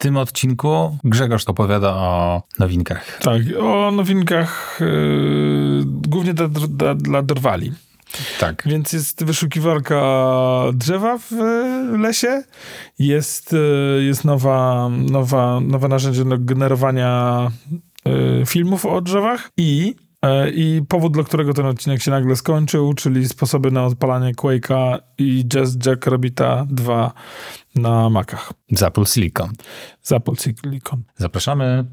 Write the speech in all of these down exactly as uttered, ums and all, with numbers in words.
tym odcinku Grzegorz opowiada o nowinkach. Tak, o nowinkach yy, głównie dla, dla, dla drwali. Tak. Więc jest wyszukiwarka drzewa w lesie, jest, jest nowa, nowa, nowe narzędzie do generowania y, filmów o drzewach i, y, i powód, dla którego ten odcinek się nagle skończył, czyli sposoby na odpalanie Quake'a i Jazz Jack Rabbita dwa na Macach. Z Apple Silicon. Z Apple Silicon. Zapraszamy.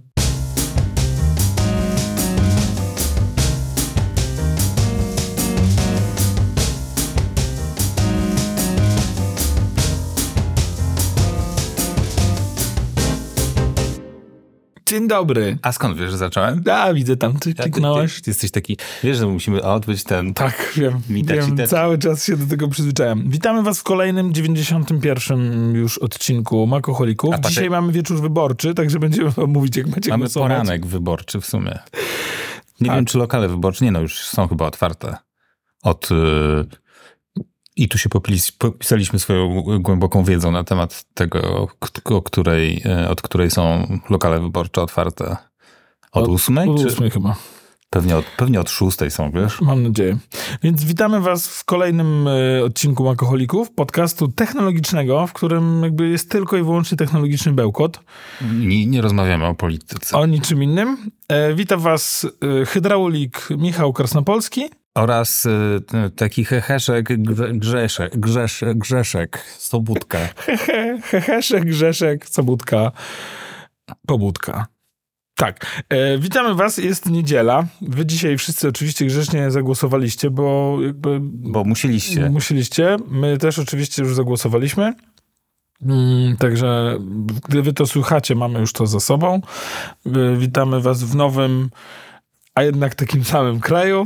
Dzień dobry. A skąd wiesz, że zacząłem? A, widzę tam, ty kliknąłeś. Ty, ty jesteś taki, wiesz, że musimy odbyć ten... Tak, wiem, Mita, wiem cita, cały czas się do tego przyzwyczajam. Witamy was w kolejnym dziewięćdziesiątym pierwszym już odcinku Makoholików. A Dzisiaj patrz- mamy wieczór wyborczy, także będziemy wam mówić, jak będzie Mamy głosować. poranek wyborczy w sumie. Nie Tak. wiem, czy lokale wyborcze, nie no, już są chyba otwarte. Od... Yy... I tu się popis- popisaliśmy swoją głęboką wiedzą na temat tego, k- o której, od której są lokale wyborcze otwarte. Od ósmej? Od Czy... ósmej chyba. Pewnie od, pewnie od szóstej są, wiesz? Mam nadzieję. Więc witamy was w kolejnym y, odcinku Makoholików, podcastu technologicznego, w którym jakby jest tylko i wyłącznie technologiczny bełkot. Nie, nie rozmawiamy o polityce. O niczym innym. E, witam was y, hydraulik Michał Krasnopolski. Oraz y, taki heheszek Grze- Grzeszek, Grzeszek, Grzeszek, Sobótka. Hehe, heheszek, Grzeszek, Sobótka, Pobudka. Tak. E, witamy was, jest niedziela. Wy dzisiaj wszyscy oczywiście grzecznie zagłosowaliście, bo jakby... Bo musieliście. Musieliście. My też oczywiście już zagłosowaliśmy. Mm, także gdy wy to słuchacie, mamy już to za sobą. E, witamy was w nowym, a jednak takim samym kraju.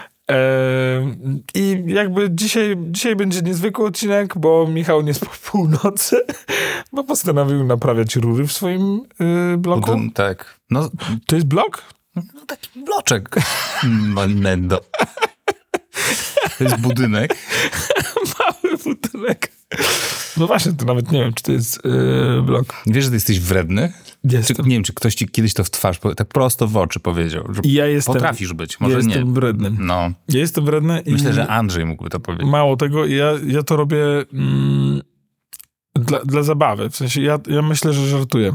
Eee, I jakby dzisiaj, dzisiaj będzie niezwykły odcinek, bo Michał nie spał północy, bo postanowił naprawiać rury w swoim yy, bloku. Budyn- tak. No, To jest blok? no taki bloczek. Malinendo. To jest budynek. Mały budynek. No właśnie, to nawet nie wiem, czy to jest yy, blok. Wiesz, że ty jesteś wredny? Czy, Jestem. nie wiem, czy ktoś ci kiedyś to w twarz, powie- tak prosto w oczy powiedział. Że I ja jestem, potrafisz być, może ja nie. jestem wredny. No, Ja jestem wredny i myślę, że Andrzej mógłby to powiedzieć. mało tego, ja, ja to robię mm, dla, dla zabawy. W sensie ja, ja myślę, że żartuję.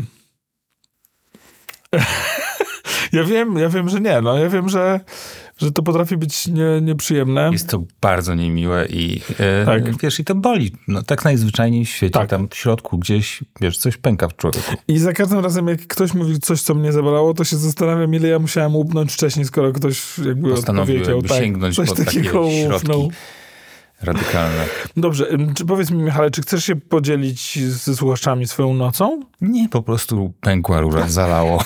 Ja wiem, ja wiem, że nie. No, ja wiem, że, że to potrafi być nie, nieprzyjemne. Jest to bardzo niemiłe i e, Tak. wiesz, i to boli. No, tak najzwyczajniej w świecie. Tak. Tam w środku gdzieś, wiesz, coś pęka w człowieku. I za każdym razem, jak ktoś mówi coś, co mnie zabolało, to się zastanawiam, ile ja musiałem upnąć wcześniej, skoro ktoś jakby Postanowił odpowiedział. jakby Tak, sięgnąć coś po takie takiego środki upnął. radykalne. Dobrze, ym, czy powiedz mi, Michale, czy chcesz się podzielić ze słuchaczami swoją nocą? Nie, po prostu pękła rura, zalało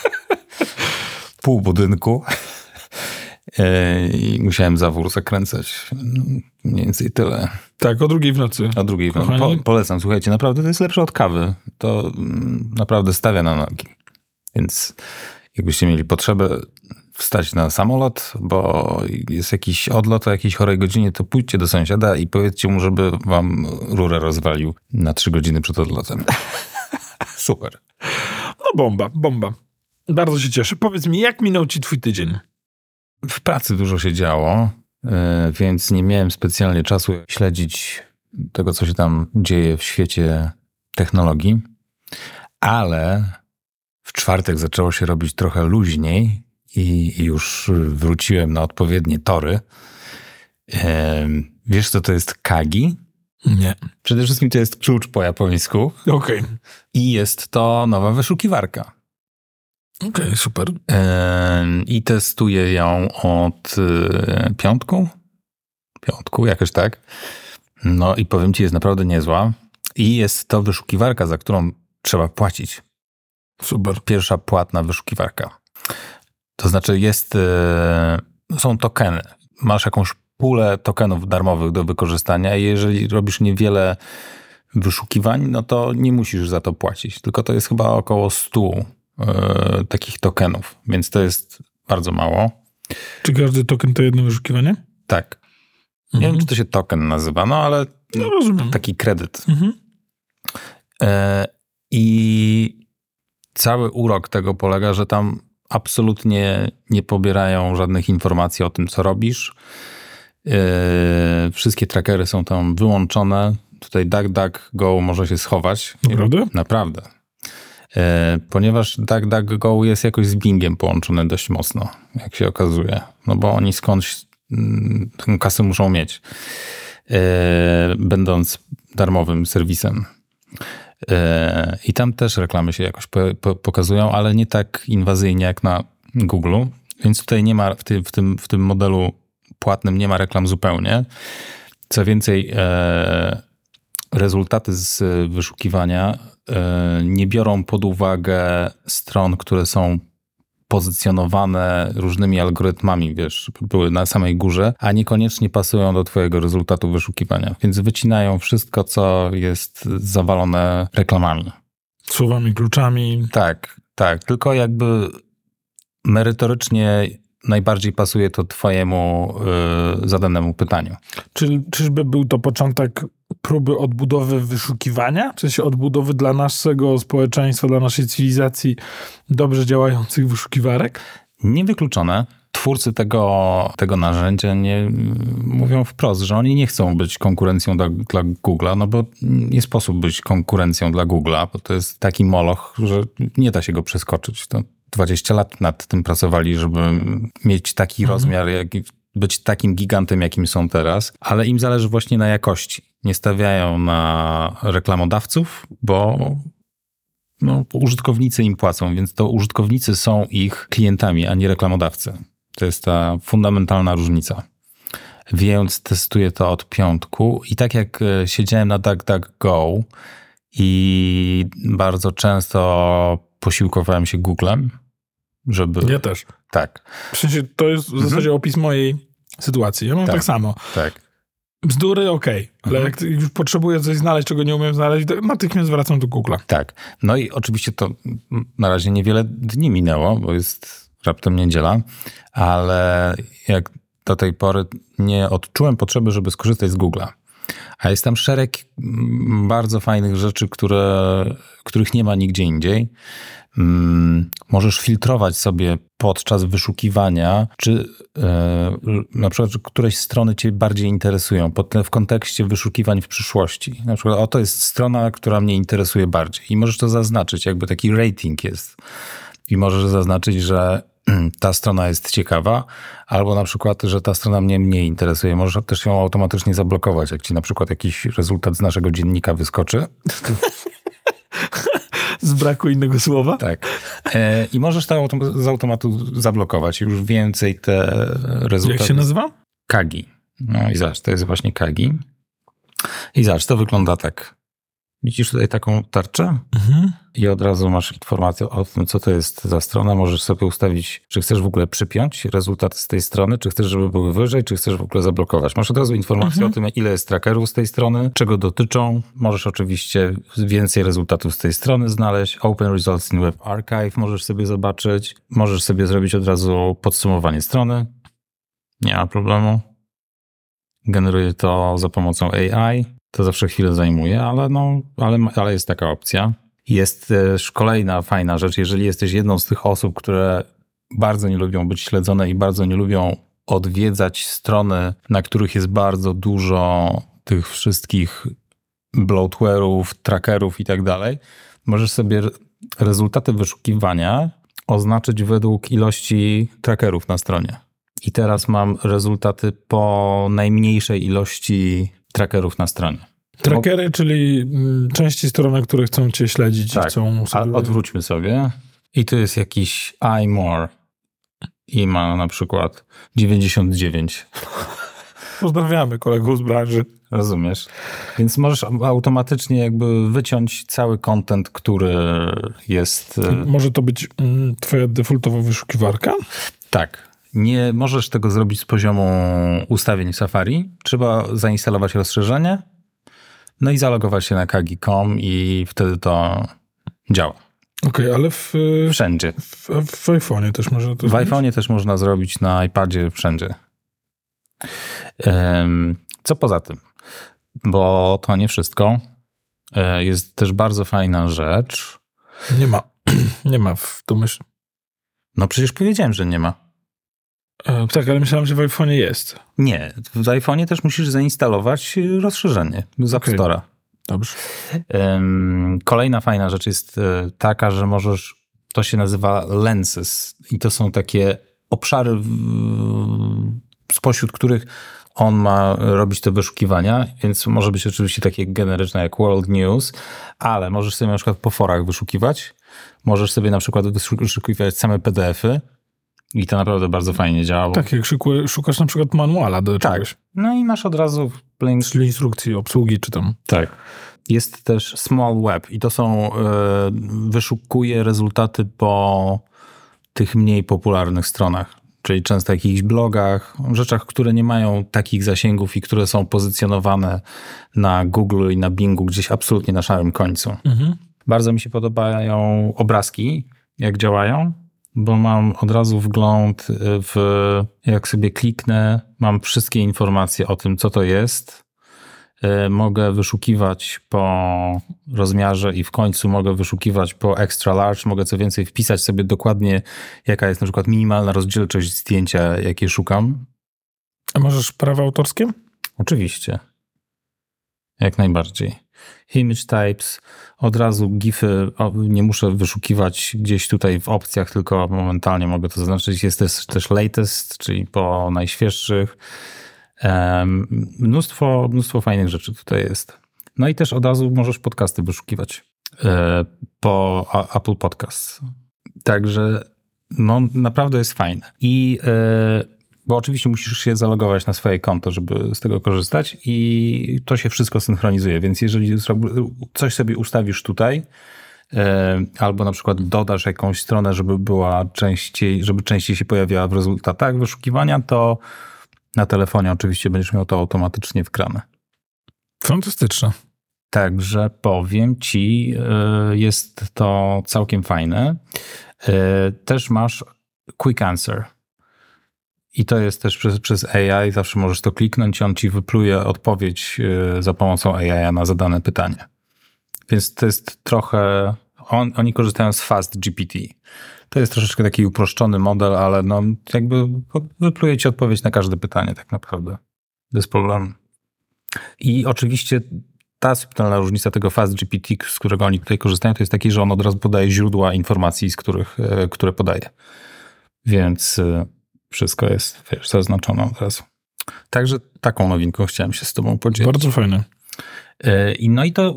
pół budynku e, i musiałem zawór zakręcać. No, mniej więcej tyle. Tak, o drugiej w nocy. O drugiej po, Kochani. polecam, słuchajcie, naprawdę to jest lepsze od kawy. To mm, naprawdę stawia na nogi. Więc jakbyście mieli potrzebę wstać na samolot, bo jest jakiś odlot o jakiejś chorej godzinie, to pójdźcie do sąsiada i powiedzcie mu, żeby wam rurę rozwalił na trzy godziny przed odlotem. Super. No bomba, bomba. Bardzo się cieszę. Powiedz mi, jak minął ci twój tydzień? W pracy dużo się działo, e, więc nie miałem specjalnie czasu śledzić tego, co się tam dzieje w świecie technologii, ale w czwartek zaczęło się robić trochę luźniej i już wróciłem na odpowiednie tory. E, Wiesz, co to jest Kagi? Nie. Przede wszystkim to jest klucz po japońsku Okej. i jest to nowa wyszukiwarka. Okej, okay, super. Yy, I testuję ją od yy, piątku. Piątku, jakoś tak. No i powiem ci, jest naprawdę niezła. I jest to wyszukiwarka, za którą trzeba płacić. Super. Pierwsza płatna wyszukiwarka. To znaczy jest, yy, są tokeny. Masz jakąś pulę tokenów darmowych do wykorzystania i jeżeli robisz niewiele wyszukiwań, no to nie musisz za to płacić. Tylko to jest chyba około stu yy, takich tokenów, więc to jest bardzo mało. Czy każdy token to jedno wyszukiwanie? Tak. Nie Mhm. wiem, czy to się token nazywa, no ale No rozumiem. taki kredyt. Mhm. E, I cały urok tego polega, że tam absolutnie nie pobierają żadnych informacji o tym, co robisz. Yy, wszystkie trackery są tam wyłączone. Tutaj DuckDuckGo może się schować. Naprawdę? Naprawdę. Yy, ponieważ DuckDuckGo jest jakoś z Bingiem połączony dość mocno, jak się okazuje. No bo oni skądś yy, tę kasę muszą mieć, yy, będąc darmowym serwisem. I tam też reklamy się jakoś po, po, pokazują, ale nie tak inwazyjnie jak na Google'u. Więc tutaj nie ma, w, ty, w, tym, w tym modelu płatnym nie ma reklam zupełnie. Co więcej, e, rezultaty z wyszukiwania e, nie biorą pod uwagę stron, które są pozycjonowane różnymi algorytmami, wiesz, były na samej górze, a niekoniecznie pasują do twojego rezultatu wyszukiwania. Więc wycinają wszystko, co jest zawalone reklamami. Słowami, kluczami. Tak, tak. Tylko jakby merytorycznie najbardziej pasuje to twojemu yy, zadanemu pytaniu. Czy, czyżby był to początek próby odbudowy wyszukiwania? Czy się odbudowy dla naszego społeczeństwa, dla naszej cywilizacji dobrze działających wyszukiwarek? Niewykluczone. Twórcy tego, tego narzędzia nie mówią wprost, że oni nie chcą być konkurencją dla, dla Google'a, no bo nie sposób być konkurencją dla Google'a, bo to jest taki moloch, że nie da się go przeskoczyć. To dwadzieścia lat nad tym pracowali, żeby mieć taki mhm. rozmiar, jak, być takim gigantem, jakim są teraz, ale im zależy właśnie na jakości. Nie stawiają na reklamodawców, bo no, użytkownicy im płacą, więc to użytkownicy są ich klientami, a nie reklamodawcy. To jest ta fundamentalna różnica. Więc testuję to od piątku i tak jak siedziałem na DuckDuckGo i bardzo często posiłkowałem się Googlem, żeby... Ja też. Tak. W sensie to jest w zasadzie opis mojej sytuacji. Ja mam tak, tak samo. Tak. Bzdury okej, okay. ale mhm. jak już potrzebuję coś znaleźć, czego nie umiem znaleźć, to natychmiast wracam do Google'a. Tak. No i oczywiście to na razie niewiele dni minęło, bo jest raptem niedziela, ale jak do tej pory nie odczułem potrzeby, żeby skorzystać z Google'a. A jest tam szereg bardzo fajnych rzeczy, które, których nie ma nigdzie indziej. Hmm, możesz filtrować sobie podczas wyszukiwania, czy e, na przykład czy któreś strony cię bardziej interesują pod, w kontekście wyszukiwań w przyszłości. Na przykład oto jest strona, która mnie interesuje bardziej i możesz to zaznaczyć, jakby taki rating jest. I możesz zaznaczyć, że ta strona jest ciekawa, albo na przykład, że ta strona mnie mniej interesuje. Możesz też ją automatycznie zablokować, jak ci na przykład jakiś rezultat z naszego dziennika wyskoczy. Z braku innego słowa? Tak. E, I możesz to z automatu zablokować. Już więcej te rezultaty... Jak się nazywa? Kagi. No i zobacz, to jest właśnie Kagi. I zobacz, to wygląda tak. Widzisz tutaj taką tarczę mhm. i od razu masz informację o tym, co to jest za strona. Możesz sobie ustawić, czy chcesz w ogóle przypiąć rezultaty z tej strony, czy chcesz, żeby były wyżej, czy chcesz w ogóle zablokować. Masz od razu informację mhm. o tym, ile jest trackerów z tej strony, czego dotyczą. Możesz oczywiście więcej rezultatów z tej strony znaleźć. Open Results in Web Archive możesz sobie zobaczyć. Możesz sobie zrobić od razu podsumowanie strony. Nie ma problemu. Generuje to za pomocą A I. To zawsze chwilę zajmuje, ale, no, ale, ale jest taka opcja. Jest też kolejna fajna rzecz, jeżeli jesteś jedną z tych osób, które bardzo nie lubią być śledzone i bardzo nie lubią odwiedzać strony, na których jest bardzo dużo tych wszystkich bloatware'ów, trackerów i tak dalej, możesz sobie rezultaty wyszukiwania oznaczyć według ilości trackerów na stronie. I teraz mam rezultaty po najmniejszej ilości trackerów na stronie. Trackery, Bo... czyli części strony, które chcą cię śledzić. Tak, i chcą sobie... a odwróćmy sobie. I tu jest jakiś iMore i ma na przykład dziewięćdziesiąt dziewięć. Pozdrawiamy kolegów z branży. Rozumiesz? Więc możesz automatycznie jakby wyciąć cały content, który jest... Może to być twoja defaultowa wyszukiwarka? Tak. Nie możesz tego zrobić z poziomu ustawień Safari. Trzeba zainstalować rozszerzenie, no i zalogować się na kagi kropka com i wtedy to działa. Okej, okay, ale w... Wszędzie. W, w iPhone'ie też można to W zrobić? W iPhone'ie też można zrobić, na iPadzie, wszędzie. Co poza tym? Bo to nie wszystko. Jest też bardzo fajna rzecz. Nie ma. Nie ma w domyśle. No przecież powiedziałem, że nie ma. E, tak, ale myślałem, że w iPhone'ie jest. Nie, w iPhone'ie też musisz zainstalować rozszerzenie z App Okej. Store'a. Dobrze. Ym, kolejna fajna rzecz jest y, taka, że możesz, to się nazywa lenses i to są takie obszary, w, spośród których on ma robić te wyszukiwania, więc może być oczywiście takie generyczne jak World News, ale możesz sobie na przykład po forach wyszukiwać, możesz sobie na przykład wyszukiwać same P D F-y i to naprawdę bardzo fajnie działa. Tak, jak szukuj, szukasz na przykład manuala do Tak. czegoś. No i masz od razu link. Czyli instrukcji obsługi, czy tam. Tak. Jest też Small Web i to są, y, wyszukuje rezultaty po tych mniej popularnych stronach, czyli często jakichś blogach, rzeczach, które nie mają takich zasięgów i które są pozycjonowane na Google i na Bingu gdzieś absolutnie na szarym końcu. Mhm. Bardzo mi się podobają obrazki, jak działają, bo mam od razu wgląd w, jak sobie kliknę, mam wszystkie informacje o tym, co to jest. Mogę wyszukiwać po rozmiarze i w końcu mogę wyszukiwać po extra large. Mogę co więcej wpisać sobie dokładnie, jaka jest na przykład minimalna rozdzielczość zdjęcia, jakie szukam. A możesz prawa autorskie? Oczywiście. Jak najbardziej. Image types, od razu gify, nie muszę wyszukiwać gdzieś tutaj w opcjach, tylko momentalnie mogę to zaznaczyć. Jest też, też latest, czyli po najświeższych. Um, mnóstwo, mnóstwo fajnych rzeczy tutaj jest. No i też od razu możesz podcasty wyszukiwać e, po a, Apple Podcasts. Także no, naprawdę jest fajne. I e, bo oczywiście musisz się zalogować na swoje konto, żeby z tego korzystać i to się wszystko synchronizuje, więc jeżeli coś sobie ustawisz tutaj e, albo na przykład dodasz jakąś stronę, żeby była częściej, żeby częściej się pojawiała w rezultatach wyszukiwania, to na telefonie oczywiście będziesz miał to automatycznie wgrane. Fantastyczne. Także powiem ci, jest to całkiem fajne. Też masz Quick Answer. I to jest też przez, przez A I. Zawsze możesz to kliknąć i on ci wypluje odpowiedź za pomocą A I na zadane pytanie. Więc to jest trochę... On, oni korzystają z Fast G P T. To jest troszeczkę taki uproszczony model, ale no jakby wypluje ci odpowiedź na każde pytanie tak naprawdę. Bez problemu. I oczywiście ta subtelna różnica tego Fast G P T, z którego oni tutaj korzystają, to jest taki, że on od razu podaje źródła informacji, z których, które podaje. Więc wszystko jest, wiesz, zaznaczone od razu. Także taką nowinką chciałem się z tobą podzielić. Bardzo fajne. I no i to...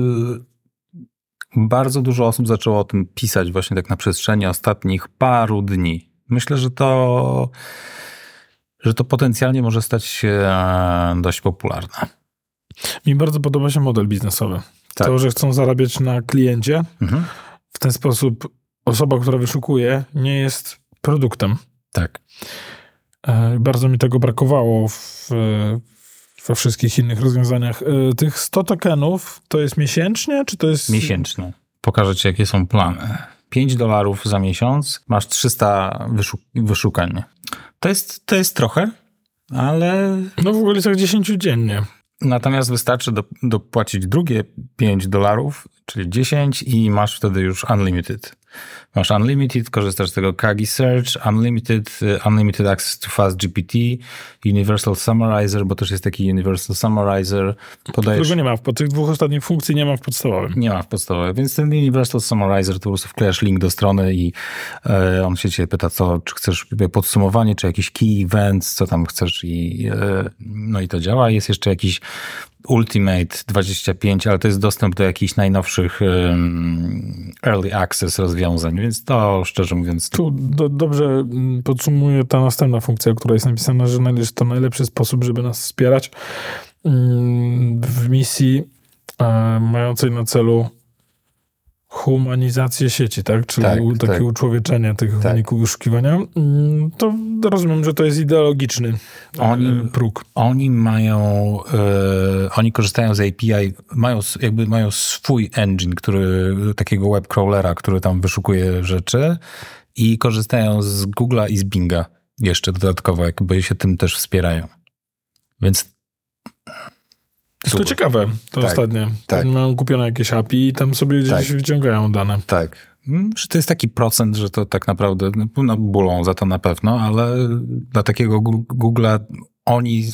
Bardzo dużo osób zaczęło o tym pisać właśnie tak na przestrzeni ostatnich paru dni. Myślę, że to, że to potencjalnie może stać się dość popularne. Mi bardzo podoba się model biznesowy. Tak. To, że chcą zarabiać na kliencie. Mhm. W ten sposób osoba, która wyszukuje, nie jest produktem. Tak. Bardzo mi tego brakowało w, we wszystkich innych rozwiązaniach. Tych sto tokenów to jest miesięcznie, czy to jest... Miesięcznie. Pokażę ci, jakie są plany. pięć dolarów za miesiąc, masz trzysta wyszuk- wyszukań. To jest, to jest trochę, ale... No w ogóle tak dziesięć dziennie. Natomiast wystarczy do, dopłacić drugie pięć dolarów, czyli dziesięć i masz wtedy już unlimited. Masz unlimited, korzystasz z tego Kagi Search, unlimited, unlimited access to Fast G P T, Universal Summarizer, bo też jest taki Universal Summarizer. Podajesz... Którego nie ma, w tych dwóch ostatnich funkcji nie ma w podstawowym. Nie ma w podstawowym, więc ten Universal Summarizer to po prostu wklejasz link do strony i e, on się ciebie pyta, co, czy chcesz podsumowanie, czy jakiś key events, co tam chcesz i e, no i to działa. Jest jeszcze jakiś Ultimate dwadzieścia pięć, ale to jest dostęp do jakichś najnowszych um, early access rozwiązań, więc to szczerze mówiąc... Tu do, dobrze podsumuje ta następna funkcja, która jest napisana, że jest to najlepszy sposób, żeby nas wspierać w misji e, mającej na celu humanizację sieci, tak? Czyli tak, takie tak. uczłowieczenie tych tak. wyników wyszukiwania. To rozumiem, że to jest ideologiczny oni, próg. Oni mają, e, oni korzystają z A P I, mają jakby mają swój engine, który, takiego web crawlera, który tam wyszukuje rzeczy i korzystają z Google'a i z Binga jeszcze dodatkowo, jakby się tym też wspierają. Więc Jest to ciekawe, to tak, ostatnie. Tak. Mają kupione jakieś A P I i tam sobie gdzieś tak. wyciągają dane. Tak. Że to jest taki procent, że to tak naprawdę, no bulą za to na pewno, ale dla takiego Google'a oni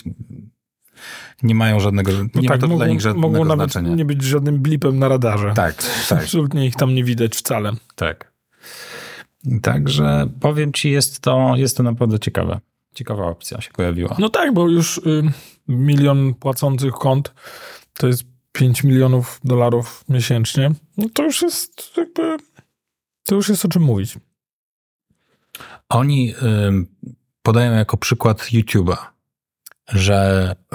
nie mają żadnego, no nie tak, ma to mogą, dla nich żadnego mogą nawet znaczenia. nie być żadnym blipem na radarze. Tak, tak. Absolutnie ich tam nie widać wcale. Tak. Także powiem ci, jest to, jest to naprawdę ciekawe. Ciekawa opcja się pojawiła. No tak, bo już y, milion płacących kont to jest pięć milionów dolarów miesięcznie. No to już jest jakby, to już jest o czym mówić. Oni y, podają jako przykład YouTube'a, że y,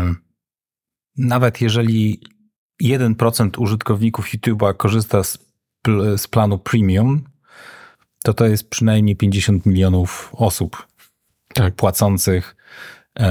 nawet jeżeli jeden procent użytkowników YouTube'a korzysta z, pl, z planu premium, to to jest przynajmniej pięćdziesiąt milionów osób tak. płacących y,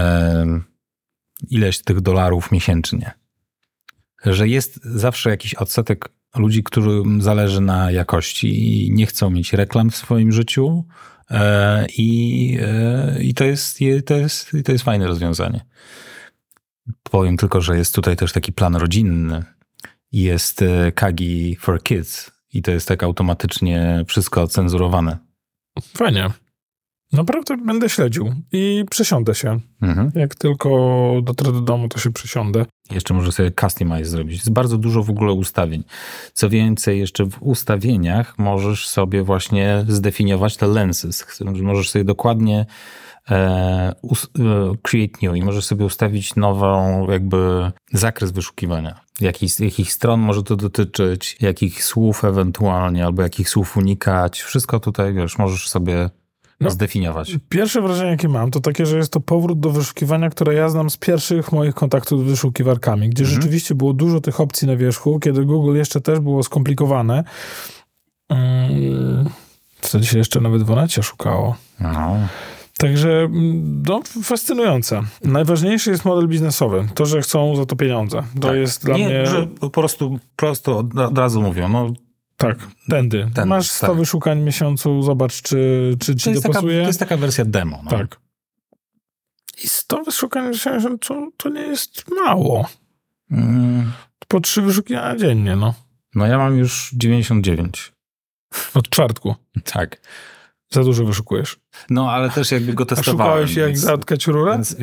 ileś tych dolarów miesięcznie. Że jest zawsze jakiś odsetek ludzi, którym zależy na jakości i nie chcą mieć reklam w swoim życiu e, i, e, i to jest, to jest, to jest fajne rozwiązanie. Powiem tylko, że jest tutaj też taki plan rodzinny. Jest Kagi for Kids i to jest tak automatycznie wszystko cenzurowane. Fajnie. Naprawdę będę śledził i przesiądę się. Mhm. Jak tylko dotrę do domu, to się przesiądę. Jeszcze może sobie customize zrobić. Jest bardzo dużo w ogóle ustawień. Co więcej, jeszcze w ustawieniach możesz sobie właśnie zdefiniować te lenses. Możesz sobie dokładnie e, us, e, create new i możesz sobie ustawić nową jakby zakres wyszukiwania. Jakich, jakich stron może to dotyczyć, jakich słów ewentualnie, albo jakich słów unikać. Wszystko tutaj, wiesz, możesz sobie No, zdefiniować. Pierwsze wrażenie, jakie mam, to takie, że jest to powrót do wyszukiwania, które ja znam z pierwszych moich kontaktów z wyszukiwarkami, gdzie mhm. rzeczywiście było dużo tych opcji na wierzchu, kiedy Google jeszcze też było skomplikowane. Hmm, wtedy się jeszcze nawet w Onecie szukało. No. Także no, fascynujące. Najważniejszy jest model biznesowy. To, że chcą za to pieniądze. To tak. jest dla Nie, mnie... że po prostu prosto od, od razu mówią, no tak, tędy. tędy. Masz sto tak. wyszukań w miesiącu, zobacz, czy, czy ci dopasuje. Taka, to jest taka wersja demo. No. Tak. I sto wyszukań w miesiącu to, to nie jest mało. Mm. Po trzy wyszukiwania dziennie, no. No ja mam już dziewięćdziesiąt dziewięć. Od czwartku. Tak. Za dużo wyszukujesz. No, ale też jakby go testowałem. A szukałeś więc... jak zatkać rurę? Więc...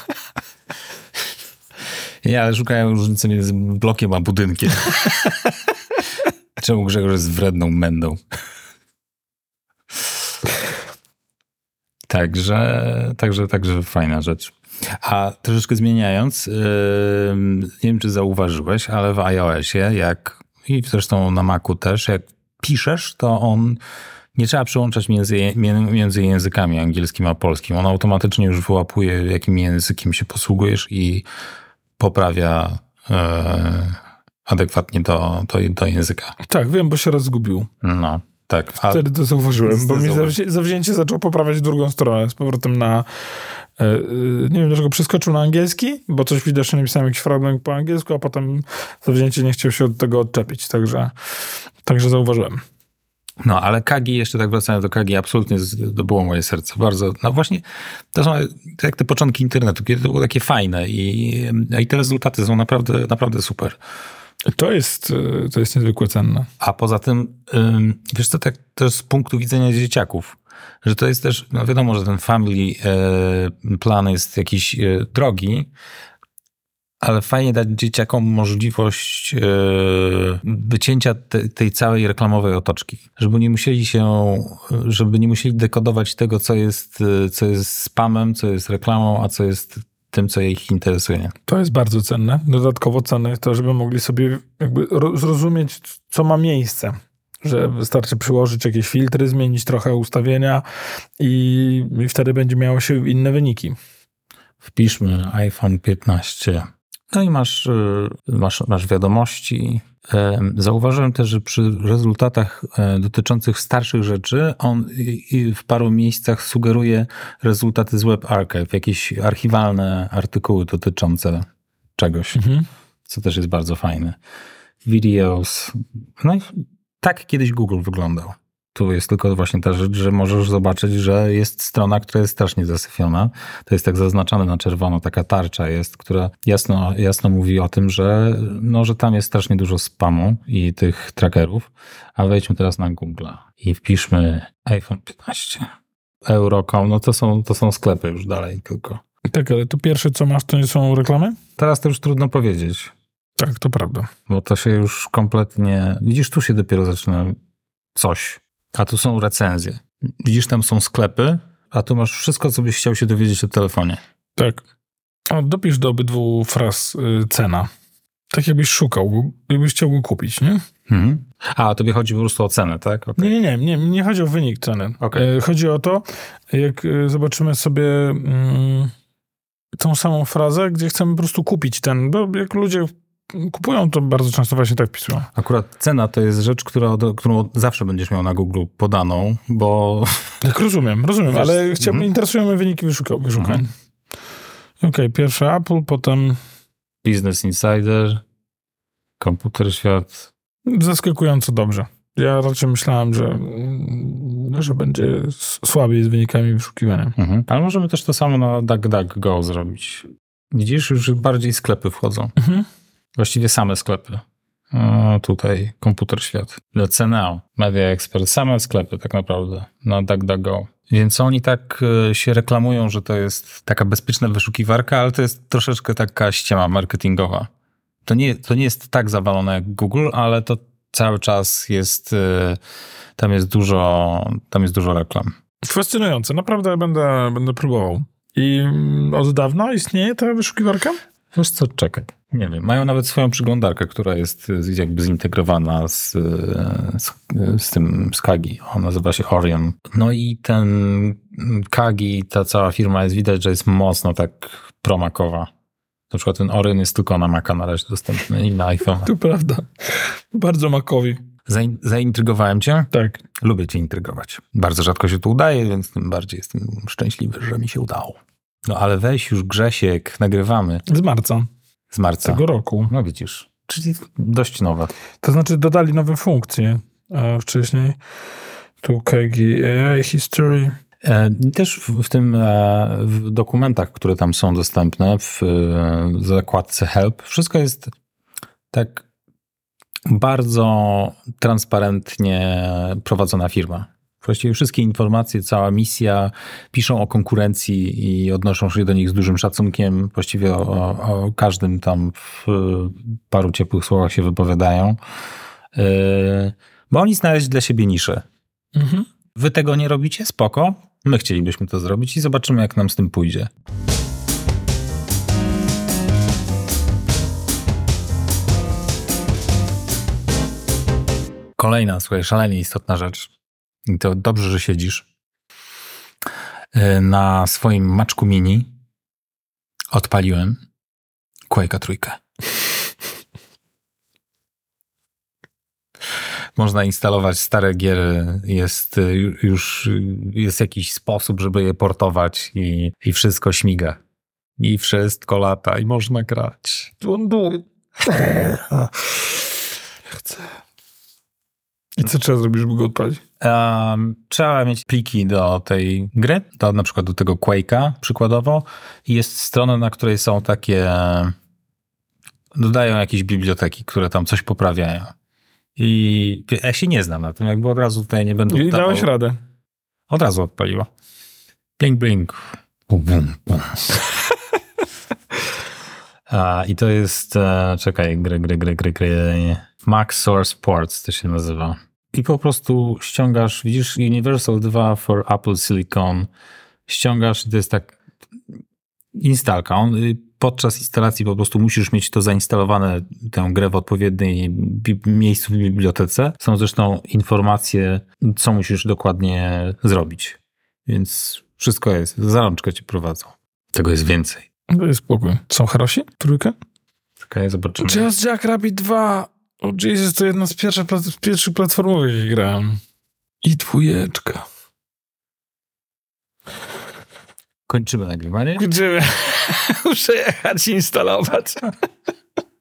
Nie, ale szukałem różnicy między blokiem a budynkiem. Czemu Grzegorz jest wredną mędą? Także, także, także fajna rzecz. A troszeczkę zmieniając, yy, nie wiem, czy zauważyłeś, ale w iOSie, jak i zresztą na Macu też, jak piszesz, to on nie trzeba przełączać między, między językami angielskim a polskim. On automatycznie już wyłapuje, jakim językiem się posługujesz i poprawia yy, adekwatnie do, do, do języka. Tak, wiem, bo się raz zgubił. No, tak. A Wtedy to zauważyłem, bo mi zawzię, zawzięcie zaczął poprawiać drugą stronę z powrotem na... Yy, nie wiem, dlaczego przeskoczył na angielski, bo coś widocznie napisałem jakiś fragment po angielsku, a potem zawzięcie nie chciał się od tego odczepić, także, także zauważyłem. No, ale Kagi, jeszcze tak wracając do Kagi, absolutnie zdobyło moje serce. Bardzo, no właśnie, to są jak te początki internetu, kiedy to było takie fajne i, i te rezultaty są naprawdę, naprawdę super. To jest, to jest niezwykle cenne. A poza tym, wiesz co, tak też z punktu widzenia dzieciaków, że to jest też, no wiadomo, że ten family plan jest jakiś drogi, ale fajnie dać dzieciakom możliwość wycięcia te, tej całej reklamowej otoczki. Żeby nie musieli się, żeby nie musieli dekodować tego, co jest, co jest spamem, co jest reklamą, a co jest tym, co ich interesuje. To jest bardzo cenne. Dodatkowo cenne jest to, żeby mogli sobie jakby zrozumieć, co ma miejsce. Że wystarczy przyłożyć jakieś filtry, zmienić trochę ustawienia i, i wtedy będzie miało się inne wyniki. Wpiszmy iPhone piętnaście. No i masz, masz, masz wiadomości. Zauważyłem też, że przy rezultatach dotyczących starszych rzeczy on w paru miejscach sugeruje rezultaty z Web Archive, jakieś archiwalne artykuły dotyczące czegoś, mhm. co też jest bardzo fajne. Videos. No i tak kiedyś Google wyglądał. Tu jest tylko właśnie ta rzecz, że możesz zobaczyć, że jest strona, która jest strasznie zasyfiona. To jest tak zaznaczone na czerwono, taka tarcza jest, która jasno, jasno mówi o tym, że, no, że tam jest strasznie dużo spamu i tych trackerów. A wejdźmy teraz na Google i wpiszmy iPhone piętnaście. euro kropka com, no to są, to są sklepy już dalej tylko. Tak, ale to pierwsze, co masz, to nie są reklamy? Teraz to już trudno powiedzieć. Tak, to prawda. Bo to się już kompletnie... Widzisz, tu się dopiero zaczyna coś. A tu są recenzje. Widzisz, tam są sklepy, a tu masz wszystko, co byś chciał się dowiedzieć o telefonie. Tak. A dopisz do obydwu fraz y, cena. Tak jakbyś szukał go, jakbyś chciał go kupić, nie? Mhm. A, tobie chodzi po prostu o cenę, tak? Okay. Nie, nie, nie, nie, nie chodzi o wynik ceny. Okay. Y, chodzi o to, jak y, zobaczymy sobie y, tą samą frazę, gdzie chcemy po prostu kupić ten, bo jak ludzie kupują, to bardzo często właśnie tak wpisują. Akurat cena to jest rzecz, która, którą zawsze będziesz miał na Google podaną, bo... Tak, rozumiem, rozumiem, Wiesz, ale chciałbym, mm. interesują mnie wyniki wyszuka, wyszukań. Mm. Okej, okay, pierwsze Apple, potem... Business Insider, Komputer Świat. Zaskakująco dobrze. Ja raczej myślałem, że, że będzie słabiej z wynikami wyszukiwania. Mhm. Ale możemy też to samo na DuckDuckGo zrobić. Widzisz, już bardziej sklepy wchodzą. Mhm. Właściwie same sklepy. O, tutaj Komputer Świat. C N L, Media Expert, same sklepy tak naprawdę na DuckDuckGo. Więc oni tak się reklamują, że to jest taka bezpieczna wyszukiwarka, ale to jest troszeczkę taka ściema marketingowa. To nie, to nie jest tak zawalone jak Google, ale to cały czas jest, tam jest dużo, tam jest dużo reklam. Fascynujące, naprawdę będę, będę próbował. I od dawna istnieje ta wyszukiwarka? Wiesz co, czekaj. Nie wiem, mają nawet swoją przeglądarkę, która jest jakby zintegrowana z, z, z tym, z Kagi. On nazywa się Orion. No i ten Kagi, ta cała firma jest widać, że jest mocno tak promakowa. Na przykład ten Orion jest tylko na Maca na razie dostępny i na iPhone. To prawda. Bardzo makowi. Zain- zaintrygowałem cię? Tak. Lubię cię intrygować. Bardzo rzadko się to udaje, więc tym bardziej jestem szczęśliwy, że mi się udało. No ale weź już, Grzesiek, nagrywamy. Z marca. Z marca. Tego roku. No widzisz, czyli dość nowe. To znaczy dodali nowe funkcje a wcześniej. Tu K G A I History. E, też w, w tym e, w dokumentach, które tam są dostępne w, w zakładce Help, wszystko jest tak bardzo transparentnie prowadzona firma. Właściwie wszystkie informacje, cała misja, piszą o konkurencji i odnoszą się do nich z dużym szacunkiem. Właściwie o, o każdym tam w paru ciepłych słowach się wypowiadają. Yy, bo oni znaleźć dla siebie niszę. Mhm. Wy tego nie robicie? Spoko. My chcielibyśmy to zrobić i zobaczymy, jak nam z tym pójdzie. Kolejna, słuchaj, szalenie istotna rzecz. I to dobrze, że siedzisz. Na swoim Maczku Mini odpaliłem Quake'a trójkę. Można instalować stare giery, jest już jest jakiś sposób, żeby je portować i, i wszystko śmiga. I wszystko lata i można grać. Chcę. I co trzeba zrobić, żeby go odpalić? Um, trzeba mieć pliki do tej gry, do, na przykład do tego Quake'a przykładowo. I jest strona, na której są takie... Dodają jakieś biblioteki, które tam coś poprawiają. I ja się nie znam na tym, jakby od razu tutaj nie będę... I dałeś radę. Od razu odpaliła. Blink, blink. Bum, bum, bum. A, i to jest... E, czekaj, gry, gry, gry, gry, gry. Mac Source Ports to się nazywa. I po prostu ściągasz, widzisz, Universal dwa for Apple Silicon. Ściągasz i to jest tak instalka. On, podczas instalacji po prostu musisz mieć to zainstalowane, tę grę w odpowiednim bi- miejscu w bibliotece. Są zresztą informacje, co musisz dokładnie zrobić. Więc wszystko jest. Za rączkę cię prowadzą. Tego jest więcej. To jest spokój. Są Herosi? Trójkę? Czekaj, zobaczymy. Just Jack Rabbit dwa. O Jesus, to jedna z pierwszych, z pierwszych platformowych, jakie grałem. I dwójeczka. Kończymy nagrywanie? Kończymy. Muszę jechać i instalować.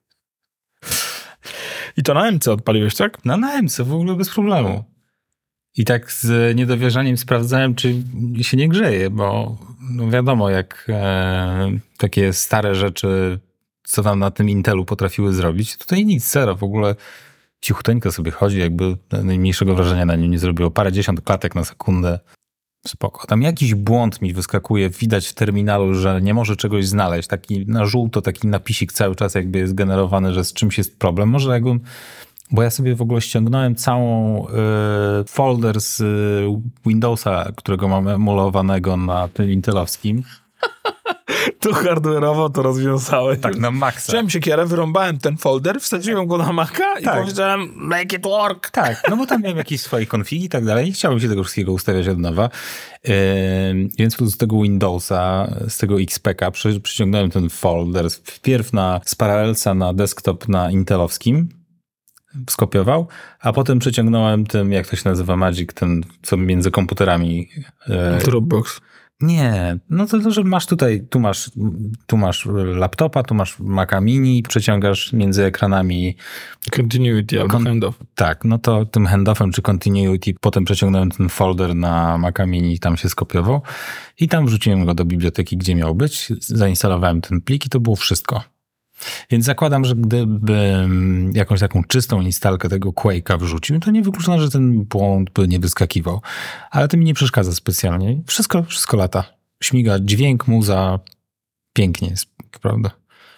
I to na M C odpaliłeś, tak? No na M C w ogóle bez problemu. I tak z niedowierzaniem sprawdzałem, czy się nie grzeje, bo no wiadomo, jak e, takie stare rzeczy, co tam na tym Intelu potrafiły zrobić. Tutaj nic, zero, w ogóle cichuteńko sobie chodzi, jakby najmniejszego wrażenia na nim nie zrobiło. Parędziesiąt klatek na sekundę. Spoko. Tam jakiś błąd mi wyskakuje, widać w terminalu, że nie może czegoś znaleźć. Taki na żółto, taki napisik cały czas jakby jest generowany, że z czymś jest problem. Może jakbym, bo ja sobie w ogóle ściągnąłem całą y, folder z y, Windowsa, którego mam emulowanego na tym intelowskim. To hardware'owo to rozwiązałeś. Tak, na maksa. Wziąłem siekierę, wyrąbałem ten folder, wsadziłem go na Maca i Tak. powiedziałem make it work. Tak, no bo tam miałem jakieś swoje konfigi i tak dalej. Nie chciałbym się tego wszystkiego ustawiać od nowa. Yy, więc z tego Windowsa, z tego X P K przy, przyciągnąłem ten folder wpierw na, z Parallelsa na desktop na intelowskim, skopiował, a potem przeciągnąłem tym, jak to się nazywa, Magic, ten, co między komputerami. Yy, Dropbox. Nie, no to, to, że masz tutaj, tu masz, tu masz laptopa, tu masz Maca Mini, przeciągasz między ekranami. Continuity albo Kon- handoff. Tak, no to tym handoffem czy continuity, potem przeciągnąłem ten folder na Maca Mini i tam się skopiował i tam wrzuciłem go do biblioteki, gdzie miał być, zainstalowałem ten plik i to było wszystko. Więc zakładam, że gdybym jakąś taką czystą instalkę tego Quake'a wrzucił, to nie wykluczone, że ten błąd by nie wyskakiwał. Ale to mi nie przeszkadza specjalnie. Wszystko, wszystko lata. Śmiga dźwięk, muza. Pięknie jest, prawda?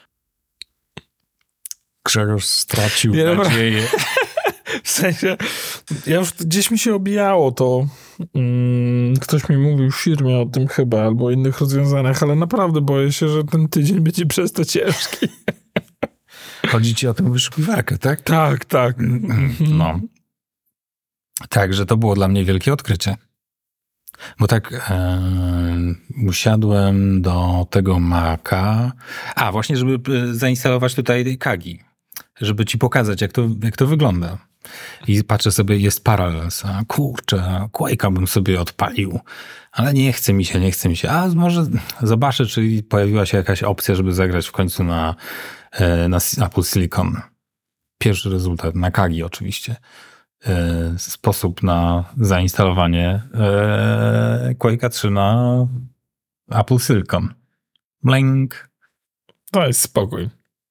Grzegorz stracił Nie, nadzieję. W sensie, ja już gdzieś mi się obijało to, mm, ktoś mi mówił w firmie o tym chyba, albo innych rozwiązaniach, ale naprawdę boję się, że ten tydzień będzie przez to ciężki. Chodzi ci o tę wyszukiwarkę, tak? Tak, tak. No. Tak, że to było dla mnie wielkie odkrycie. Bo tak e, usiadłem do tego Maca. A, właśnie, żeby zainstalować tutaj Kagi. Żeby ci pokazać, jak to, jak to wygląda. I patrzę sobie, jest Parallels. A kurczę, Quake'a bym sobie odpalił. Ale nie chce mi się, nie chce mi się. A może zobaczę, czy pojawiła się jakaś opcja, żeby zagrać w końcu na, na Apple Silicon. Pierwszy rezultat, na Kagi oczywiście. Sposób na zainstalowanie Quake'a trzy na Apple Silicon. Blank. To jest spokój.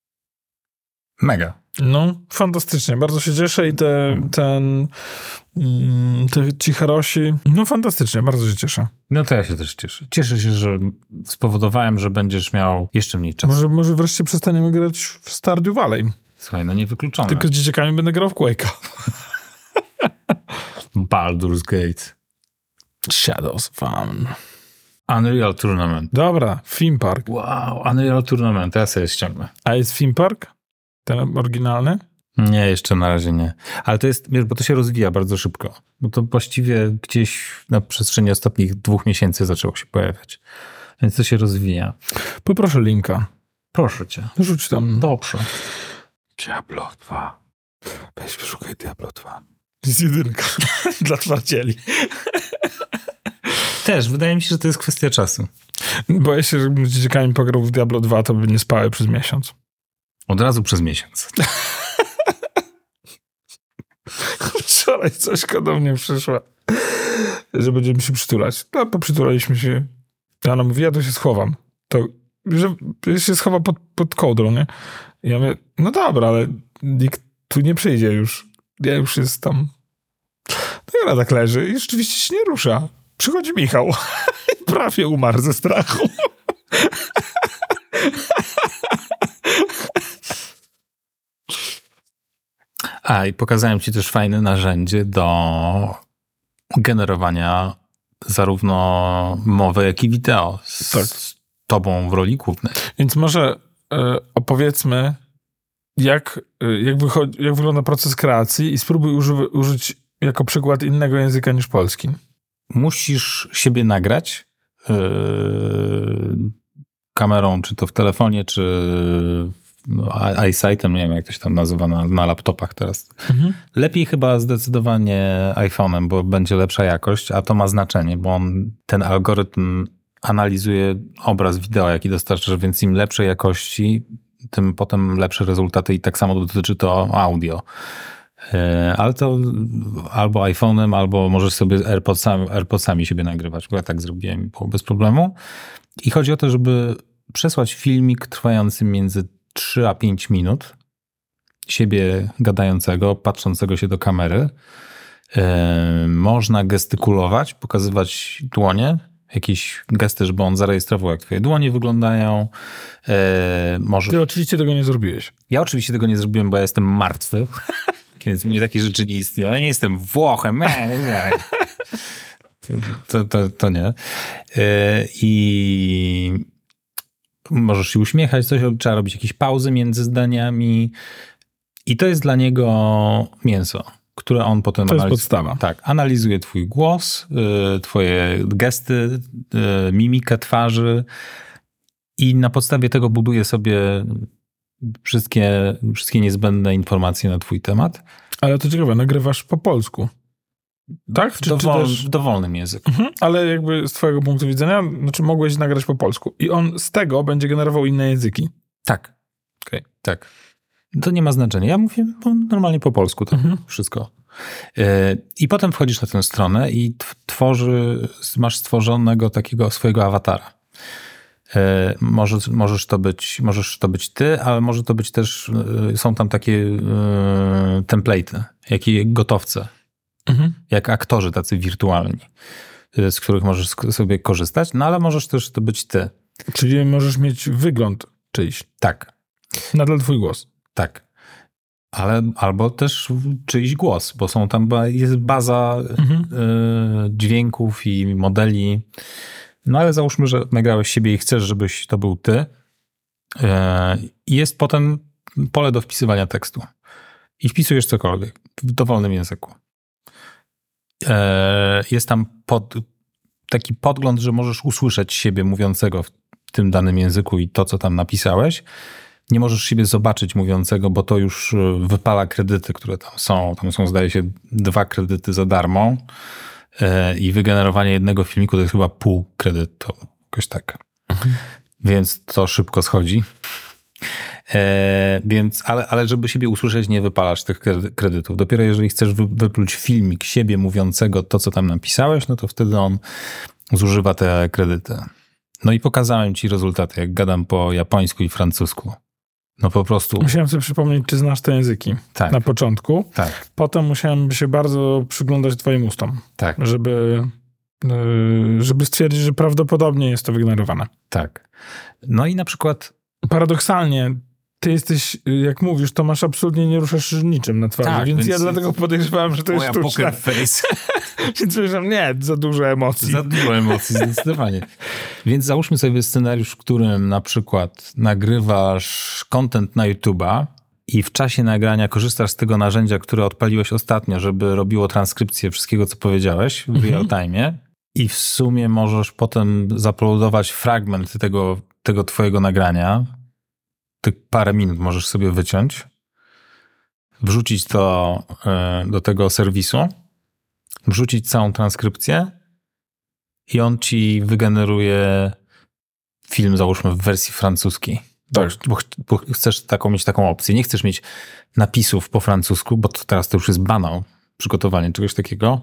Mega. No, fantastycznie. Bardzo się cieszę i te, ten te Cicharosi, no fantastycznie, bardzo się cieszę. No to ja się też cieszę. Cieszę się, że spowodowałem, że będziesz miał jeszcze mniej czasu. Może, może wreszcie przestaniemy grać w Stardew Valley. Słuchaj, no niewykluczone. Tylko z dzieciakami będę grał w Quake'a. Baldur's Gate. Shadows Fun. Unreal Tournament. Dobra, Theme Park. Wow, Unreal Tournament, ja sobie ściągnę. A jest Theme Park? Ten oryginalny? Nie, jeszcze na razie nie. Ale to jest, wiesz, bo to się rozwija bardzo szybko. Bo to właściwie gdzieś na przestrzeni ostatnich dwóch miesięcy zaczęło się pojawiać. Więc to się rozwija. Poproszę linka. Proszę cię. Rzuć tam. Dobrze. Diablo dwa. Weź wyszukaj Diablo dwa. Jest jedynka. Dla twardzieli. Też, wydaje mi się, że to jest kwestia czasu. Boję się, że gdybym z dzieciakami pograł w Diablo dwa, to by nie spały przez miesiąc. Od razu przez miesiąc. Wczoraj coś do mnie przyszła, że będziemy się przytulać. No, poprzytulaliśmy się. A ona mówi, ja tu się schowam. To, że się schowa pod, pod kołdrą, nie? I ja mówię, no dobra, ale nikt tu nie przyjdzie już. Ja już jest tam. No i ona tak leży i rzeczywiście się nie rusza. Przychodzi Michał i prawie umarł ze strachu. A, i pokazałem ci też fajne narzędzie do generowania zarówno mowy, jak i wideo z, tak. z tobą w roli głównej. Więc może e, opowiedzmy, jak, e, jak, wychodzi, jak wygląda proces kreacji i spróbuj uży, użyć jako przykład innego języka niż polski. Musisz siebie nagrać yy, kamerą, czy to w telefonie, czy no, iSightem, nie wiem jak to się tam nazywa na, na laptopach teraz. Mhm. Lepiej chyba zdecydowanie iPhone'em, bo będzie lepsza jakość, a to ma znaczenie, bo on, ten algorytm analizuje obraz wideo, jaki dostarczasz, więc im lepszej jakości, tym potem lepsze rezultaty i tak samo dotyczy to audio. Ale to albo iPhone'em, albo możesz sobie AirPodsami, AirPodsami siebie nagrywać, bo ja tak zrobiłem, było bez problemu. I chodzi o to, żeby przesłać filmik trwający między trzy a pięć minut siebie gadającego, patrzącego się do kamery. Można gestykulować, pokazywać dłonie, jakieś gesty, żeby on zarejestrował, jak twoje dłonie wyglądają. E, może... Ty oczywiście tego nie zrobiłeś. Ja oczywiście tego nie zrobiłem, bo ja jestem martwy, więc mnie takie rzeczy nie istnieją. Ja nie jestem Włochem. To, to, to nie. E, I możesz się uśmiechać, coś, trzeba robić jakieś pauzy między zdaniami. I to jest dla niego mięso, które on potem to jest analiz... podstawa. Tak, analizuje twój głos, y, twoje gesty, y, mimikę twarzy i na podstawie tego buduje sobie wszystkie, wszystkie niezbędne informacje na twój temat. Ale to ciekawe, nagrywasz po polsku. Tak? Czy, Dowol, czy też... W dowolnym języku. Mhm, ale jakby z twojego punktu widzenia, znaczy mogłeś nagrać po polsku i on z tego będzie generował inne języki. Tak. Okay. Tak. To nie ma znaczenia. Ja mówię normalnie po polsku to mhm. wszystko. I potem wchodzisz na tę stronę i tworzy, masz stworzonego takiego swojego awatara. Możesz, możesz, to być, możesz to być ty, ale może to być też, są tam takie template'y, jakie gotowce, mhm. jak aktorzy tacy wirtualni, z których możesz sobie korzystać, no ale możesz też to być ty. Czyli możesz mieć wygląd czyjś. Tak. Nadal twój głos. Tak. Ale albo też czyjś głos, bo są tam, jest baza mhm. y, dźwięków i modeli. No ale załóżmy, że nagrałeś siebie i chcesz, żebyś to był ty. I y, jest potem pole do wpisywania tekstu. I wpisujesz cokolwiek w dowolnym języku. Y, jest tam pod, taki podgląd, że możesz usłyszeć siebie mówiącego w tym danym języku i to, co tam napisałeś. Nie możesz siebie zobaczyć mówiącego, bo to już wypala kredyty, które tam są. Tam są, zdaje się, dwa kredyty za darmo yy, i wygenerowanie jednego filmiku to jest chyba pół kredytu. Jakoś tak. Mhm. Więc to szybko schodzi. Yy, więc, ale, ale żeby siebie usłyszeć, nie wypalasz tych kredytów. Dopiero jeżeli chcesz wy, wypluć filmik siebie mówiącego to, co tam napisałeś, no to wtedy on zużywa te kredyty. No i pokazałem ci rezultaty, jak gadam po japońsku i francusku. No po prostu... Musiałem sobie przypomnieć, czy znasz te języki tak. na początku. Tak. Potem musiałem się bardzo przyglądać twoim ustom, tak. żeby, żeby stwierdzić, że prawdopodobnie jest to wygenerowane. Tak. No i na przykład... Paradoksalnie, ty jesteś, jak mówisz, to masz absolutnie, nie ruszasz niczym na twarzy, tak, więc, więc ja dlatego podejrzewałem, że to jest sztuczne. Moja poker face. Więc myślałem, nie, za dużo emocji. Za dużo emocji, zdecydowanie. Więc załóżmy sobie scenariusz, w którym na przykład nagrywasz content na YouTube'a i w czasie nagrania korzystasz z tego narzędzia, które odpaliłeś ostatnio, żeby robiło transkrypcję wszystkiego, co powiedziałeś w mhm. real time i w sumie możesz potem zaploadować fragment tego, tego twojego nagrania. Ty parę minut możesz sobie wyciąć, wrzucić to do tego serwisu, wrzucić całą transkrypcję i on ci wygeneruje film, załóżmy, w wersji francuskiej. Tak. Bo, bo chcesz taką mieć taką opcję. Nie chcesz mieć napisów po francusku, bo to teraz to już jest banał, przygotowanie czegoś takiego.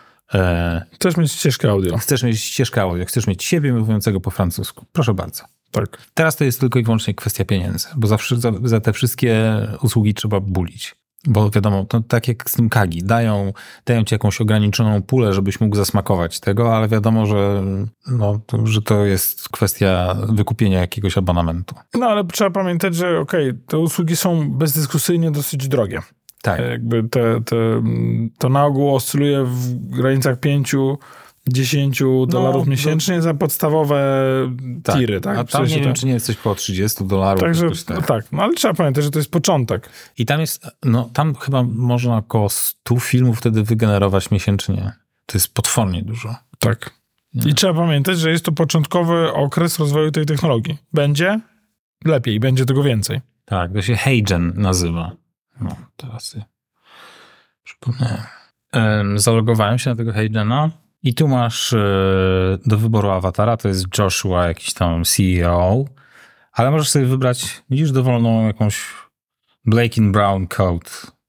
E, chcesz mieć ścieżkę audio. Chcesz mieć ścieżkę audio. Chcesz mieć siebie mówiącego po francusku. Proszę bardzo. Tak. Teraz to jest tylko i wyłącznie kwestia pieniędzy, bo za, za, za te wszystkie usługi trzeba bulić. Bo wiadomo, to tak jak z tym Kagi, dają, dają ci jakąś ograniczoną pulę, żebyś mógł zasmakować tego, ale wiadomo, że, no, to, że to jest kwestia wykupienia jakiegoś abonamentu. No ale trzeba pamiętać, że okej, okay, te usługi są bezdyskusyjnie dosyć drogie. Tak. Jakby te, te, to na ogół oscyluje w granicach pięciu dziesięciu dolarów no, miesięcznie do... za podstawowe tak. tiry, tak? A tam nie wiem, czy nie jest coś koło trzydziestu dolarów. Także, tak. No tak, no ale trzeba pamiętać, że to jest początek. I tam jest, no tam chyba można około stu filmów wtedy wygenerować miesięcznie. To jest potwornie dużo. Tak. Nie. I trzeba pamiętać, że jest to początkowy okres rozwoju tej technologii. Będzie lepiej, będzie tego więcej. Tak, to się HeyGen nazywa. No, teraz ja przypomniałem. Um, zalogowałem się na tego HeyGena. I tu masz y, do wyboru awatara, to jest Joshua, jakiś tam C E O, ale możesz sobie wybrać, widzisz, dowolną jakąś black and brown coat,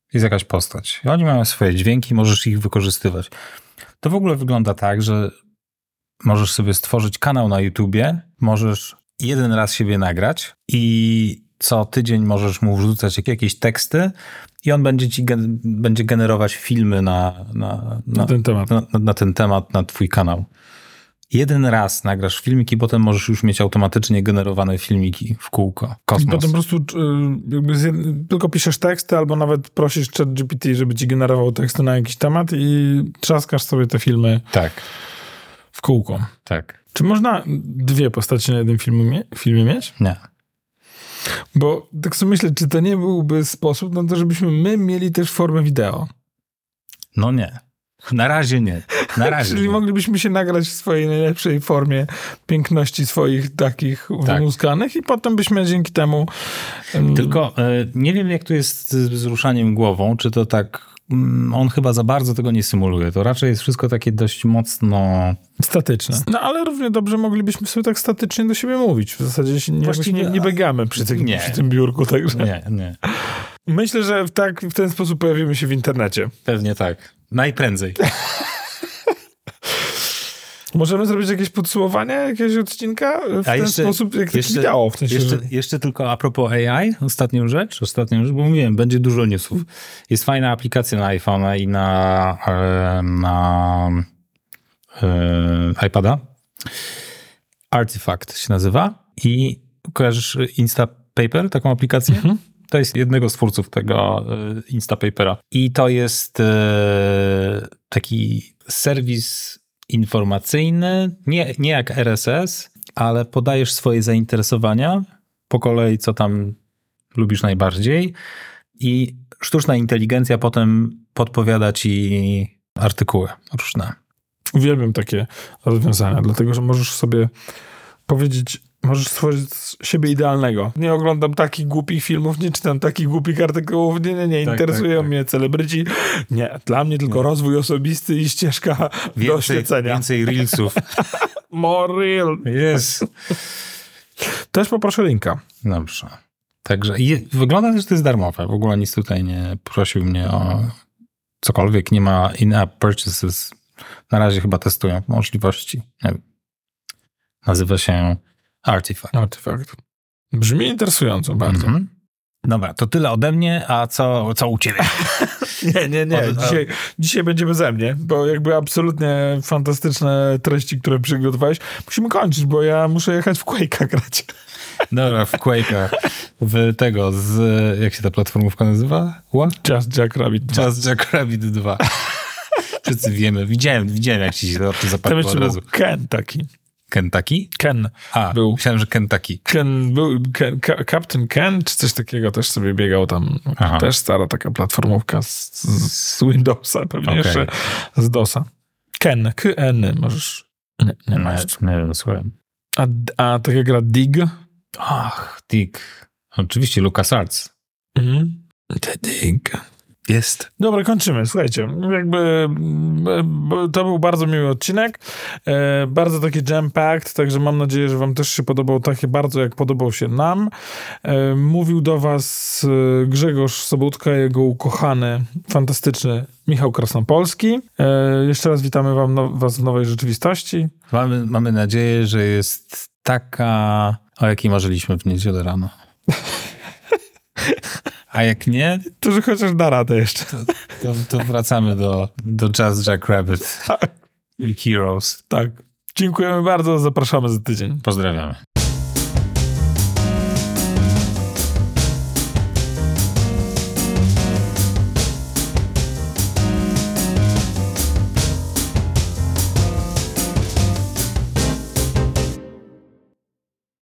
Jest jakaś postać. I oni mają swoje dźwięki, możesz ich wykorzystywać. To w ogóle wygląda tak, że możesz sobie stworzyć kanał na YouTubie, możesz jeden raz siebie nagrać i co tydzień możesz mu wrzucać jakieś teksty i on będzie ci gen- będzie generować filmy na, na, na, na ten temat. Na, na, na ten temat, na twój kanał. Jeden raz nagrasz filmiki, potem możesz już mieć automatycznie generowane filmiki w kółko. Kosmos. Potem po prostu jakby z, tylko piszesz teksty albo nawet prosisz ChatGPT, żeby ci generował teksty na jakiś temat i trzaskasz sobie te filmy Tak. w kółko. Tak. Czy można dwie postacie na jednym filmie, filmie mieć? Nie. Bo tak sobie myślę, czy to nie byłby sposób na to, żebyśmy my mieli też formę wideo. No nie. Na razie nie. Na razie Czyli nie. moglibyśmy się nagrać w swojej najlepszej formie piękności swoich takich Tak. wymuskanych i potem byśmy dzięki temu... Um, Tylko e, nie wiem, jak tu jest z, z ruszaniem głową, czy to tak... Mm, on chyba za bardzo tego nie symuluje. To raczej jest wszystko takie dość mocno... statyczne. No ale równie dobrze moglibyśmy sobie tak statycznie do siebie mówić. W zasadzie się nie, Właściwie- nie, nie biegamy przy tym, Nie. przy tym biurku. Także. Nie, nie. Myślę, że w, tak, w ten sposób pojawimy się w internecie. Pewnie tak. Najprędzej. Możemy zrobić jakieś podsumowanie jakiegoś odcinka w ten sposób, jak to wideo. W sensie, jeszcze, że... jeszcze tylko a propos A I, ostatnią rzecz, ostatnią rzecz, bo mówiłem, będzie dużo newsów. Jest fajna aplikacja na iPhone'a i na, e, na e, iPada. Artifact się nazywa i kojarzysz Instapaper, taką aplikację? Mhm. To jest jednego z twórców tego e, Instapapera. I to jest e, taki serwis informacyjny, nie, nie jak R S S, ale podajesz swoje zainteresowania po kolei, co tam lubisz najbardziej i sztuczna inteligencja potem podpowiada ci artykuły różne. Uwielbiam takie rozwiązania, dlatego że możesz sobie powiedzieć, możesz stworzyć z siebie idealnego. Nie oglądam takich głupich filmów, nie czytam takich głupich artykułów, nie, nie, nie, Tak, interesują tak, tak. mnie celebryci. Nie, dla mnie tylko rozwój osobisty i ścieżka do Więcej, oświecenia. więcej reelsów. More real. Jest. Też poproszę linka. Dobrze. Także i wygląda też, że to jest darmowe. W ogóle nic tutaj nie prosił mnie o cokolwiek. Nie ma in-app purchases. Na razie chyba testują możliwości. Nie wiem. Nazywa się Artifact. Artefakt. Brzmi interesująco bardzo. Mhm. Dobra, to tyle ode mnie, a co, co u ciebie? Nie, nie, nie. O, Dzisiaj, dzisiaj będziemy ze mnie, bo jakby absolutnie fantastyczne treści, które przygotowałeś. Musimy kończyć, bo ja muszę jechać w Quake'a grać. Dobra, w Quake'a. W tego, z, jak się ta platformówka nazywa? What? Just Jack Rabbit. Just Jackrabbit dwa. Wszyscy wiemy. Widziałem, widziałem jak ci się to Tam zapadło jeszcze od był razu. Ken taki. Kentucky? Ken. A, Był. myślałem, że Kentucky. Ken, był Ken, Ka- Captain Ken, czy coś takiego też sobie biegał tam. Aha. Też stara taka platformówka z, z Windowsa, pewnie Okay. jeszcze z DOSa. Ken, K N, możesz... Nie, nie ma jeszcze. Nie wiem, słuchałem. A, a taka gra Dig? Ach, Dick. Oczywiście LucasArts. Mhm. The Dig. Jest. Dobra, kończymy. Słuchajcie, jakby mm, to był bardzo miły odcinek, e, bardzo taki jam-packed, także mam nadzieję, że wam też się podobał takie bardzo, jak podobał się nam. E, mówił do was e, Grzegorz Sobutka, jego ukochany, fantastyczny Michał Krasnopolski. E, jeszcze raz witamy wam no, was w nowej rzeczywistości. Mamy, mamy nadzieję, że jest taka, o jakiej marzyliśmy w niedzielę rano. A jak nie, To, że chociaż da radę jeszcze. to, to wracamy do, do Just Jackrabbit i Heroes. Tak. Dziękujemy bardzo, zapraszamy za tydzień. Pozdrawiamy.